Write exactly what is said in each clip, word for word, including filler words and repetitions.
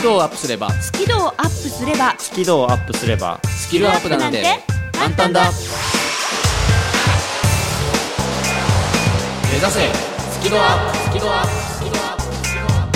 キ度をアップすればスキルをアップすればスキルをアップすればスキルアップなんて簡単だ。目指せスキルアップスキルアップスキルアップスキルアッ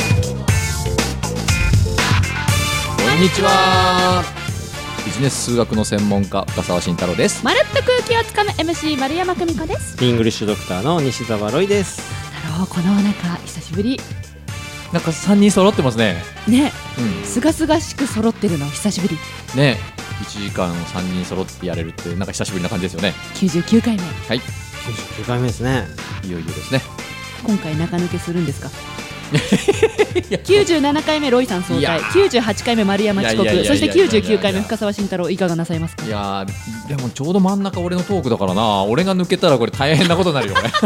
プ。こんにちは。ビジネス数学の専門家深澤慎太郎です。 まるっと空気をつかむ エムシー 丸山久美子です。 イングリッシュドクターの西澤ロイです。 太郎、このお腹久しぶり。 なんかさんにん揃ってますね。 ね、 うん、 すがすがしく揃ってるの久しぶりね。いちじかんさんにん揃ってやれるってなんか久しぶりな感じですよね。 きゅうじゅうきゅうかいめ。 はい、 きゅうじゅうきゅうかいめですね。 いよいよですね。 今回中抜けするんですかきゅうじゅうななかいめロイさん総会、きゅうじゅうはちかいめ丸山遅刻、そしてきゅうじゅうきゅうかいめ深澤慎太郎、いかがなさいますか。 いやでもちょうど真ん中俺のトークだからな。俺が抜けたらこれ大変なことになるよね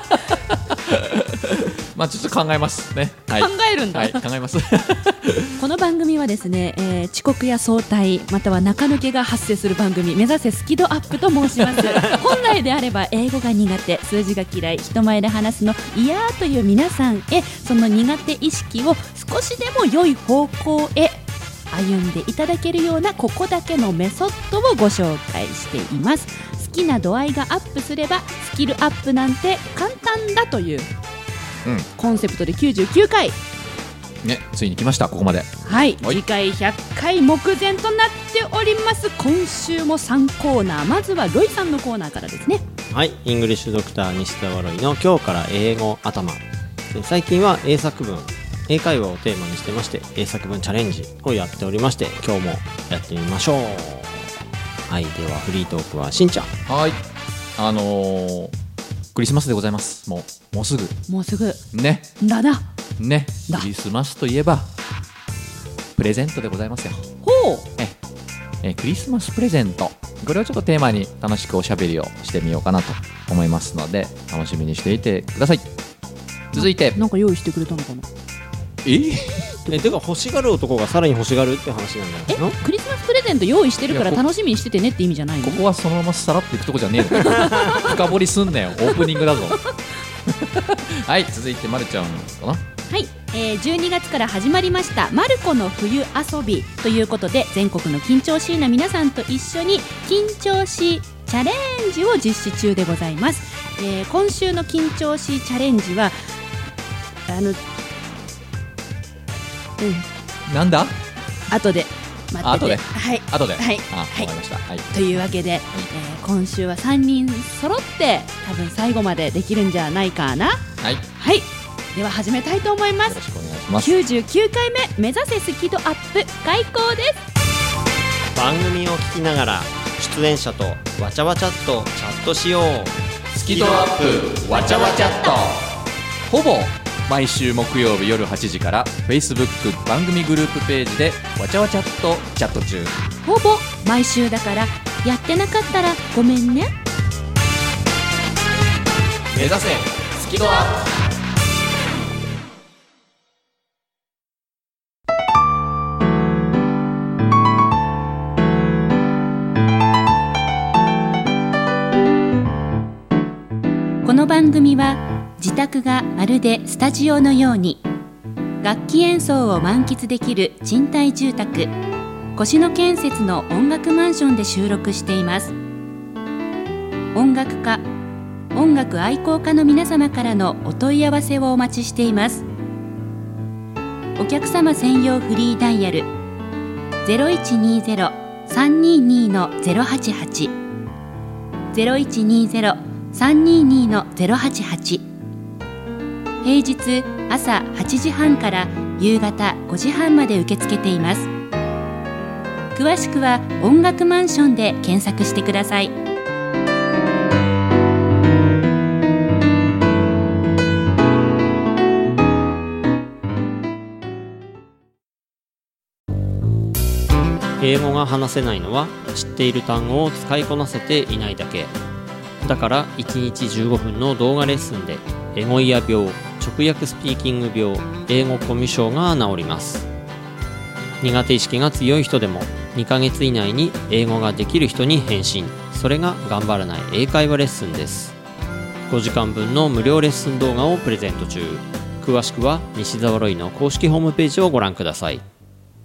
まあちょっと考えますね、はい、 考えるんだ、 はい、考えますこの番組はですね、えー、遅刻や早退または中抜けが発生する番組、目指せスキドアップと申します本来であれば英語が苦手、数字が嫌い、人前で話すの嫌という皆さんへ、その苦手意識を少しでも良い方向へ歩んでいただけるようなここだけのメソッドをご紹介しています。好きな度合いがアップすればスキルアップなんて簡単だという、うん、コンセプトできゅうじゅうきゅうかいね、ついに来ました。ここまで。 はい、次回ひゃっかい目前となっております。今週もさんコーナー、まずはロイさんのコーナーからですね。 はい、イングリッシュドクター西澤ロイの今日から英語頭。最近は英作文、英会話をテーマにしてまして、英作文チャレンジをやっておりまして、今日もやってみましょう。はい、ではフリートークはしんちゃん。 はい、あのー、クリスマスでございます。もうもうすぐもうすぐねだなね。 だクリスマスといえばプレゼントでございますよ。 ほう。 ええクリスマスプレゼント、これをちょっとテーマに楽しくおしゃべりをしてみようかなと思いますので、楽しみにしていてください。続いてなんか用意してくれたのかな。 ええてか欲しがる男がさらに欲しがるって話なんじゃないの。 クリスマスプレゼント用意してるから楽しみにしててねって意味じゃないの。 ここはそのままさらっていくとこじゃねえの深掘りすんなよ、オープニングだぞはい、続いてまるちゃんかな。 はい、えー、じゅうにがつから始まりましたマルコの冬遊びということで、全国の緊張しいな皆さんと一緒に緊張しチャレンジを実施中でございます。えー、今週の緊張しチャレンジはあのうん、 なんだ後で待ってて、 後ではい後で、 はい、 あ、わかりました、はい、 というわけで、はい、えー、今週はさんにん揃って多分最後までできるんじゃないかな。 はい、 はい、では始めたいと思います。 よろしくお願いします。 きゅうじゅうきゅうかいめ目指せスキドアップ開講です。 番組を聞きながら出演者とわちゃわちゃっとチャットしよう。 スキドアップわちゃわちゃっと、ほぼ毎週木曜日夜はちじから Facebook 番組グループページでわちゃわちゃっとチャット中。 ほぼ毎週だからやってなかったらごめんね。 目指せスキドアップ。 この番組は自宅がまるでスタジオのように、楽器演奏を満喫できる賃貸住宅越野建設の音楽マンションで収録しています。音楽家、音楽愛好家の皆様からのお問い合わせをお待ちしています。お客様専用フリーダイヤル ゼロいちにーゼロ さんにーにー の ゼロはちはち ゼロいちにーゼロ さんにーにー の ゼロはちはち、平日朝はちじはんから夕方ごじはんまで受け付けています。詳しくは音楽マンションで検索してください。 英語が話せないのは知っている単語を使いこなせていないだけ。だからいちにちじゅうごふんの動画レッスンでエゴイヤ病、直訳スピーキング病、英語コミュ障が治ります。苦手意識が強い人でもにかげつ以内に英語ができる人に変身。それが頑張らない英会話レッスンです。ごじかんぶんの無料レッスン動画をプレゼント中。詳しくは西澤ロイの公式ホームページをご覧ください。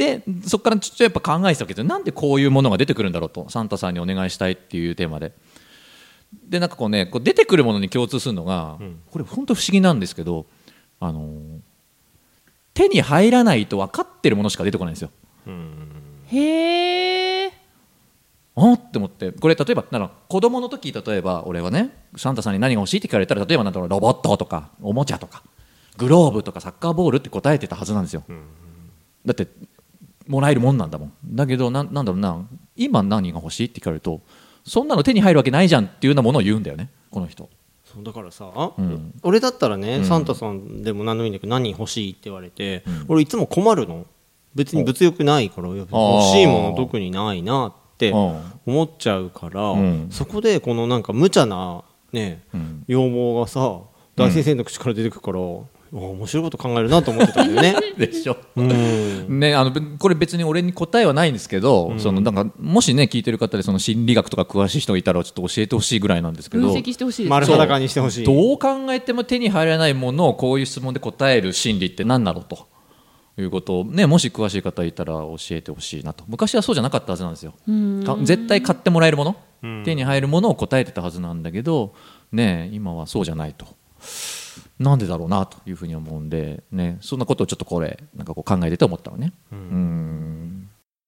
でそこからちょっとやっぱ考えてたわけですよ。なんでこういうものが出てくるんだろうと、サンタさんにお願いしたいっていうテーマで。でなんかこうね、こう出てくるものに共通するのが、うん、これ本当不思議なんですけど、あのー、手に入らないと分かってるものしか出てこないんですよ。うん、 へー、 あって思って、これ例えばなんか子供の時、例えば俺はね、サンタさんに何が欲しいって聞かれたら、例えばなんだろう、ロボットとかおもちゃとかグローブとかサッカーボールって答えてたはずなんですよ。うん、だってもらえるもんなんだもん。だけど な, なんだろうな、今何が欲しいって聞かれると、そんなの手に入るわけないじゃんっていうようなものを言うんだよね、この人。 そうだからさ、うん、俺だったらね、うん、サンタさんでも何でもいいんだけど、何欲しいって言われて、うん、俺いつも困るの。別に物欲ないから、欲しいもの特にないなって思っちゃうから、うん、そこでこのなんか無茶なね、うん、要望がさ、大先生の口から出てくるから、面白いこと考えるなと思ってたんだよね。 でしょ、うんね、あのこれ別に俺に答えはないんですけど、うん、そのなんかもしね聞いてる方でその心理学とか詳しい人がいたらちょっと教えてほしいぐらいなんですけど、 分析してほしいです。 丸裸にしてほしい。 どう考えても手に入らないものをこういう質問で答える心理って何だろうということを、ね、もし詳しい方いたら教えてほしいなと。昔はそうじゃなかったはずなんですよ。絶対買ってもらえるもの、手に入るものを答えてたはずなんだけど、ね、今はそうじゃないと。なんでだろうなというふうに思うんで、ね、そんなことをちょっとこれなんかこう考えてて思ったのね。うん、うーん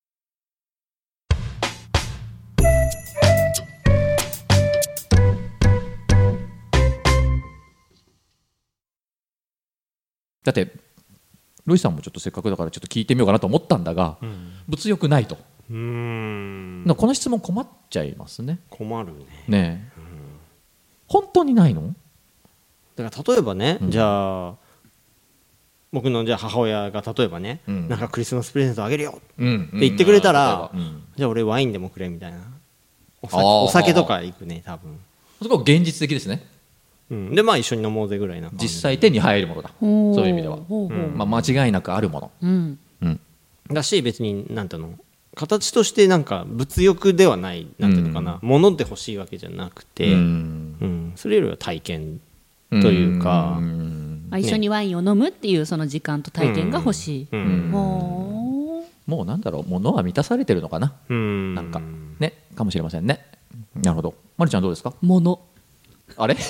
だってロイさんもちょっとせっかくだからちょっと聞いてみようかなと思ったんだが、うん、物欲ないと。うーん、この質問困っちゃいますね。 困るね。 ねえ、うん、本当にないの？ だから例えばね、うん、じゃあ僕のじゃあ母親が例えばね、うん、なんかクリスマスプレゼントあげるよって言ってくれたら、うんうん、じゃあ俺ワインでもくれみたいな、お酒、お酒とか行くね多分。 そこは現実的ですね。 うん、でまあ一緒に飲もうぜぐらいな。 実際手に入るものだ。そういう意味では、うんまあ、間違いなくあるもの、うんうん、 だし別になんていうの、形としてなんか物欲ではない、なんていうのかな、うん、物で欲しいわけじゃなくて、うんうん、それよりは体験というか、うんね、一緒にワインを飲むっていうその時間と体験が欲しい、うんうん、 もうなんだろう、物は満たされてるのかな、うん、なんかね、かもしれませんね。なるほど。まりちゃんどうですか？ 物あれ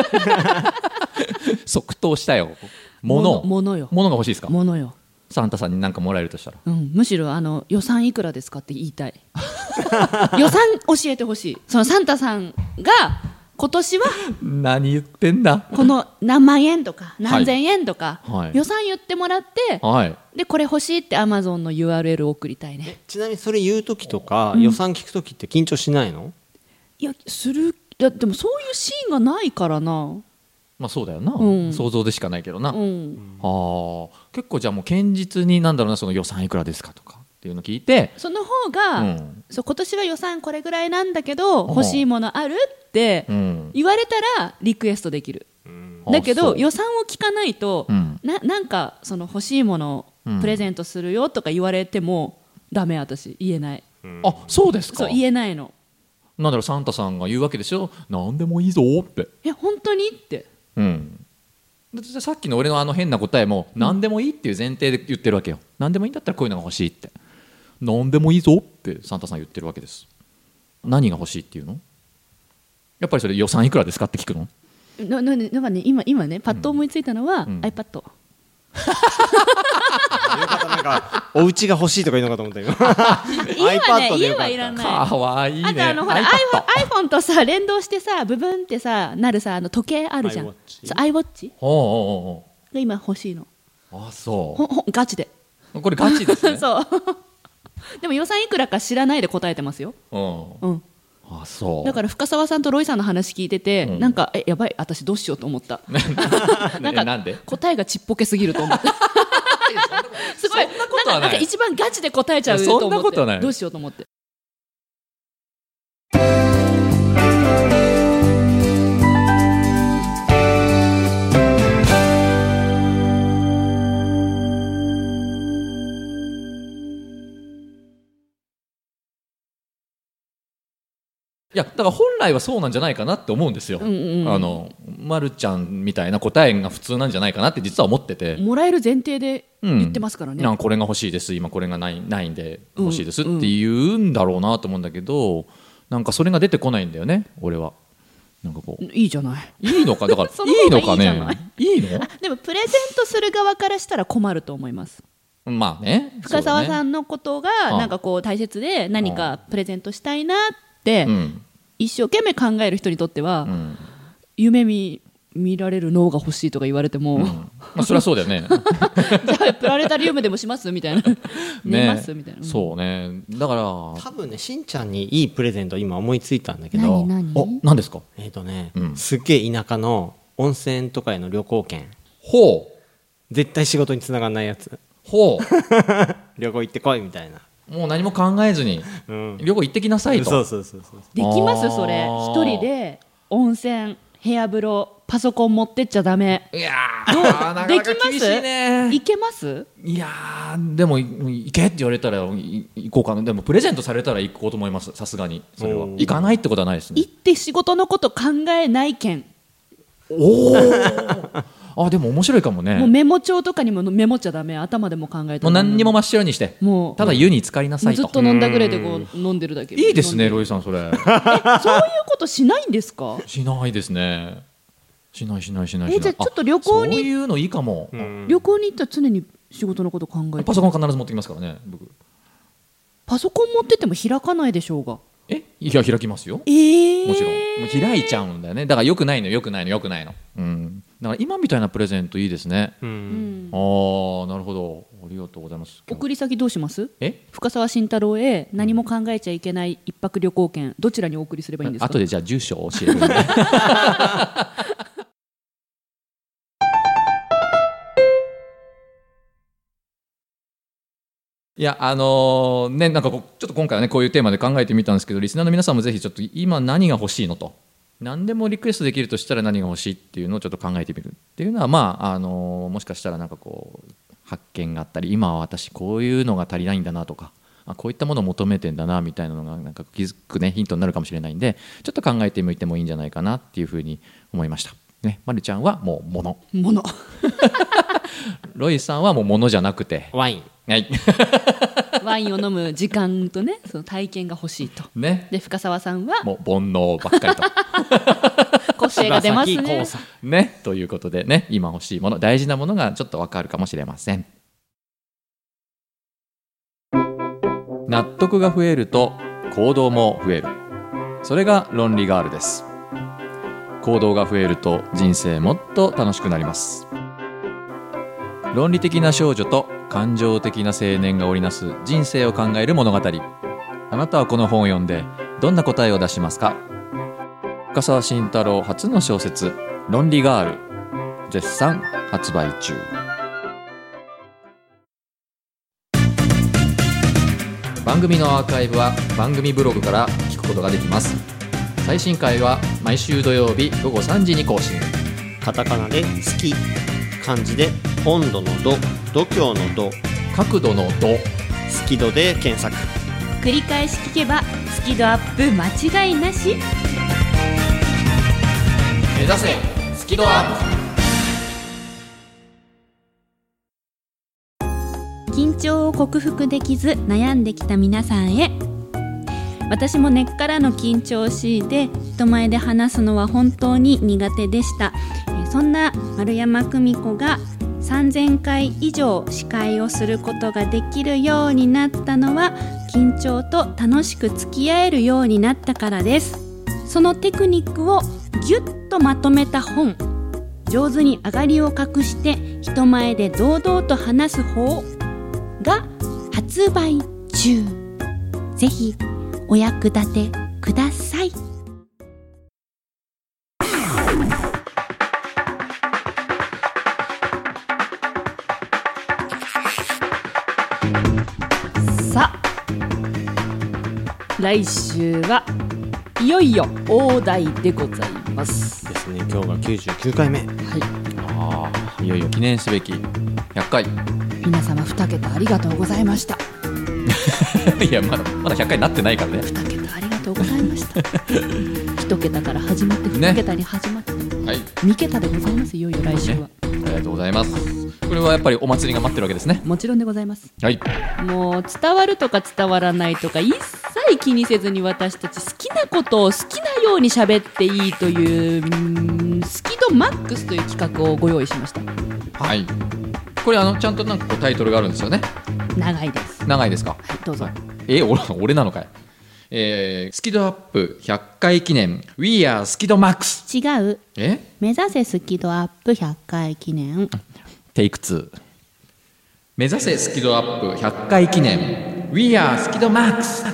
即答したよ。物物よ。 物が欲しいですか？ 物よ。 サンタさんに何かもらえるとしたら、 うん、むしろあの予算いくらですかって言いたい。予算教えてほしい。そのサンタさんが今年は何言ってんだ、 この何万円とか何千円とか、はい、予算言ってもらって、はい、でこれ欲しいってアマゾンの ユーアールエル を送りたいね。 ちなみにそれ言うときとか、うん、予算聞くときって緊張しないの？ いやする。いやでもそういうシーンがないからな。 まあそうだよな、うん、想像でしかないけどな、うん、あ結構じゃあもう堅実になんだろうな、その予算いくらですかとかっていうのを聞いて、 その方が、うん、そう今年は予算これぐらいなんだけど欲しいものあるって言われたらリクエストできる、うん、だけど予算を聞かないと、うん、な, なんかその欲しいものをプレゼントするよとか言われてもダメ、私言えない、 うん、あそうですか。 そう言えないの。 なんだろう、サンタさんが言うわけでしょ、何でもいいぞって。 え本当にって、うん、 さっきの俺のあの変な答えも何でもいいっていう前提で言ってるわけよ。何でもいいんだったらこういうのが欲しいって、何でもいいぞってサンタさん言ってるわけです。何が欲しいっていうの？やっぱりそれ予算いくらですかって聞くの？ なななんかね、今今ねパッと思いついたのは、うん、iPad。よかった、なんかお家が欲しいとか言うのかと思ったよ。 今ね家はいらない。 かわいいね。 あとあのほら iPhone とさ連動してさブブンってさなるさ、あの時計あるじゃん。iWatch が今欲しいの。 あそうほほガチで。 これガチですね。 そう。でも予算いくらか知らないで答えてますよ。うん。うん。 あそう。 だから深澤さんとロイさんの話聞いてて、うん、なんかえやばい私どうしようと思った。なんかなんで答えがちっぽけすぎると思った。すごいなんか一番ガチで答えちゃうと思って、そんなことはない。どうしようと思って。 いやだから本来はそうなんじゃないかなって思うんですよ、うんうんうん、あのまるちゃんみたいな答えが普通なんじゃないかなって実は思ってて、 もらえる前提で言ってますからね、 うん、なんかこれが欲しいです今これがない、ないんで欲しいですって言うんだろうなと思うんだけど、なんかそれが出てこないんだよね俺は。なんかこういいじゃないいいのかだからいいのかねいいのでもプレゼントする側からしたら困ると思います。 まあね、 深澤さんのことがなんかこう大切で何かプレゼントしたいなって一生懸命考える人にとっては、うん、夢見見られる脳が欲しいとか言われても、うんまあ、そりゃそうだよねじゃあプラネタリウムでもしますみたいな寝ますみたいな、 ね、そうね。だから多分ねしんちゃんにいいプレゼント今思いついたんだけど、 何何お何ですか。 えっ、ー、とね、うん、すっげえ田舎の温泉とかへの旅行券。 ほう絶対仕事につながんないやつ。 ほう旅行行ってこいみたいな。 もう何も考えずに、うん、旅行行ってきなさいと。 そうそうそうそうできますそれ。一人で温泉部屋風呂パソコン持ってっちゃダメ。 いやーなかなか厳しいね。 行けます？ いやーでも行けって言われたら行こうかな。でもプレゼントされたら行こうと思います。さすがにそれは行かないってことはないですね。 行って仕事のこと考えない件。 おーあでも面白いかもね。 もうメモ帳とかにもメモっちゃダメ。頭でも考えてもう何にも真っ白にしてもうただ湯に浸かりなさいと。 ずっと飲んだぐらいでこう飲んでるだけ。 いいですねロイさんそれ。えそういうことしないんですか？ しないですね。しないしないしないしない。 えじゃあちょっと旅行にそういうのいいかも。 旅行に行ったら常に仕事のこと考えて。 パソコン必ず持ってきますからね僕。 パソコン持ってても開かないでしょうが。 えいや開きますよ、 えー、 もちろんもう開いちゃうんだよね。だからよくないのよくないのよくないの、うん、だから今みたいなプレゼントいいですね、うん、ああなるほどありがとうございます。 送り先どうします？ え深澤慎太郎へ何も考えちゃいけない一泊旅行券どちらにお送りすればいいんですか？ 後でじゃあ住所を教えるんでいやあのー、ねなんかちょっと今回はねこういうテーマで考えてみたんですけどリスナーの皆さんもぜひちょっと今何が欲しいのと何でもリクエストできるとしたら何が欲しいっていうのをちょっと考えてみるっていうのはまあ、あのー、もしかしたらなんかこう発見があったり今は私こういうのが足りないんだなとかあこういったものを求めてんだなみたいなのがなんか気づくねヒントになるかもしれないんでちょっと考えてみてもいいんじゃないかなっていうふうに思いましたね。まるちゃんはもう物物ロイさんはもう物じゃなくてワインはいワインを飲む時間とねその体験が欲しいと、 ね、 で深澤さんはもう煩悩ばっかりと個性が出ますねねということでね今欲しいもの大事なものがちょっと分かるかもしれません。納得が増えると行動も増える。それが論理ガールです。行動が増えると人生もっと楽しくなります。論理的な少女と感情的な青年が織りなす人生を考える物語。あなたはこの本を読んでどんな答えを出しますか？深澤慎太郎初の小説論理ガール絶賛発売中。番組のアーカイブは番組ブログから聞くことができます。最新回は毎週土曜日午後さんじに更新。 カタカナで好き、漢字で温度の度、度胸の度、 角度の度、 好き度で検索。 繰り返し聞けばスキドアップ間違いなし。 目指せスキドアップ。緊張を克服できず悩んできた皆さんへ。私も根っからの緊張しいで人前で話すのは本当に苦手でした。そんな丸山久美子がさんぜんかい以上司会をすることができるようになったのは緊張と楽しく付き合えるようになったからです。そのテクニックをぎゅっとまとめた本、上手に上がりを隠して人前で堂々と話す方が発売中。ぜひお役立てください。 さあ来週はいよいよ大台でございますですね。今日がきゅうじゅうきゅうかいめ。はい。 ああいよいよ記念すべきひゃっかい。 皆様に桁ありがとうございましたいやまだまだひゃっかいになってないからね。 に桁ありがとうございました。 ございました一桁から始まって二桁に始まって、 はい、 三桁でございます。いよいよ来週は、ね、 ありがとうございます。これはやっぱりお祭りが待ってるわけですね。 もちろんでございます、 はい、 もう伝わるとか伝わらないとか一切気にせずに私たち好きなことを好きなように喋っていいという、うーんスキドマックスという企画をご用意しました。 はい、これあのちゃんとなんかこうタイトルがあるんですよね。 長いです。 長いですか。 はい、どうぞ。 え俺、俺なのかい。えー、スキドアップひゃっかい記念 We are スキドマックス。 違う。 え目指せスキドアップひゃっかい記念。 テイクツー。目指せスキドアップひゃっかい記念 We are スキドマックス。あ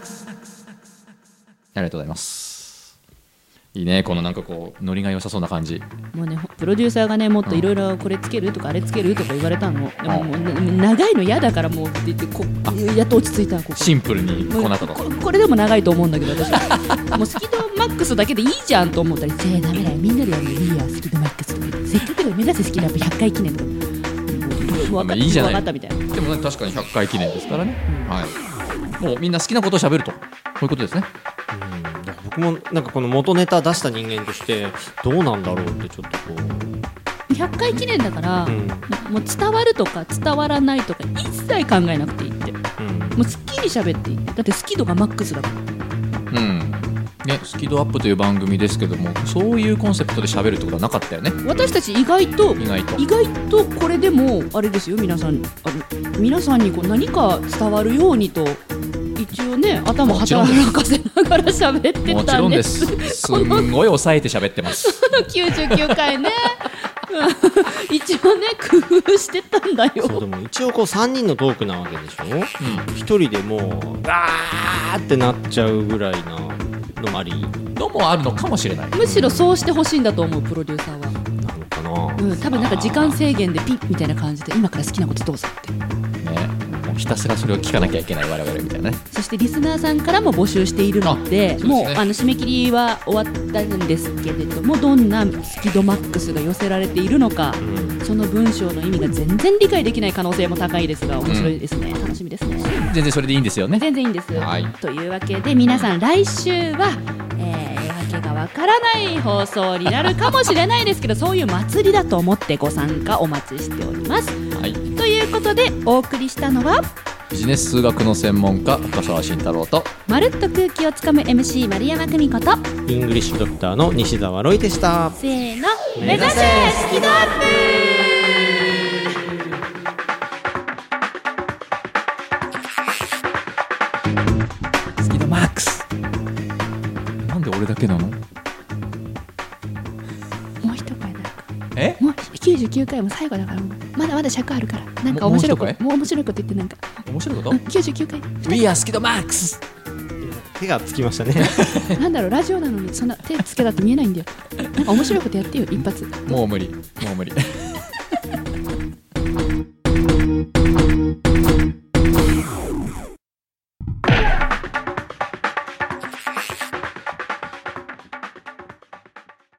りがとうございます。いいね、このなんかこうノリが良さそうな感じ。 もうね、プロデューサーがね、もっといろいろこれつけるとかあれつけるとか言われたの。でももう長いの嫌だからもうって言ってこやっと落ち着いた。ここシンプルにこうなったと。 こ, これでも長いと思うんだけど私はもうスキドマックスだけでいいじゃんと思ったり、せーダメだよ、みんなでやるよ、いいやスキドマックスとかせっかくで目指せスキドアップひゃっかい記念とかまあまあいいじゃない。 分かったみたいな。 でも、ね、確かにひゃっかい記念ですからね、うん、はい、もうみんな好きなことをしゃべると、こういうことですね。 うん、だから僕もなんかこの元ネタ出した人間としてどうなんだろうってちょっとこうひゃっかい記念だから、うん、もう伝わるとか伝わらないとか一切考えなくていいって、うん、もう好きに喋っていい。だってスキドがマックスだから。うんね、スキドアップという番組ですけども、そういうコンセプトで喋るってことはなかったよね。 私たち意外と意外と意外とこれでもあれですよ、皆さんあの皆さんにこう何か伝わるようにと一応ね、頭働かせながら喋ってたんです。 もちろんです。すんごい抑えて喋ってますきゅうじゅうきゅうかいね一応ね工夫してたんだよ。 そうでも一応こうさんにんのトークなわけでしょ、うん、ひとりでもうガーってなっちゃうぐらいなのもありのもあるのかもしれない。 むしろそうしてほしいんだと思う、プロデューサーは。 なのかな、 うん、多分なんか時間制限でピッみたいな感じで今から好きなことどうぞってね、 もうひたすらそれを聞かなきゃいけない我々みたいなね。 そしてリスナーさんからも募集しているの で, で、ね、もうあの締め切りは終わったんですけれども、どんなスキドマックスが寄せられているのか、うん、その文章の意味が全然理解できない可能性も高いですが面白いですね、うん、楽しみですね。 全然それでいいんですよね。 全然いいんです、 はい、 というわけで皆さん来週は、えー、わけがわからない放送になるかもしれないですけどそういう祭りだと思ってご参加お待ちしております、はい、ということでお送りしたのはビジネス数学の専門家深澤慎太郎とまるっと空気をつかむ エムシー 丸山久美子とイングリッシュドクターの西澤ロイでした。 せーの、目指せスキドアップ。 スキドマックス。なんで俺だけなの？もう一回なんかえ？ もうきゅうじゅうきゅうかいも最後だからまだまだ尺あるからなんか面白いこと も, もう面白いこと言ってなんか面白いこと、 うん、きゅうじゅうきゅうかい We are スキドマックス。 手がつきましたねなんだろう、ラジオなのにそんな手つけたって見えないんだよ。なんか面白いことやってよ一発。 もう無理もう無理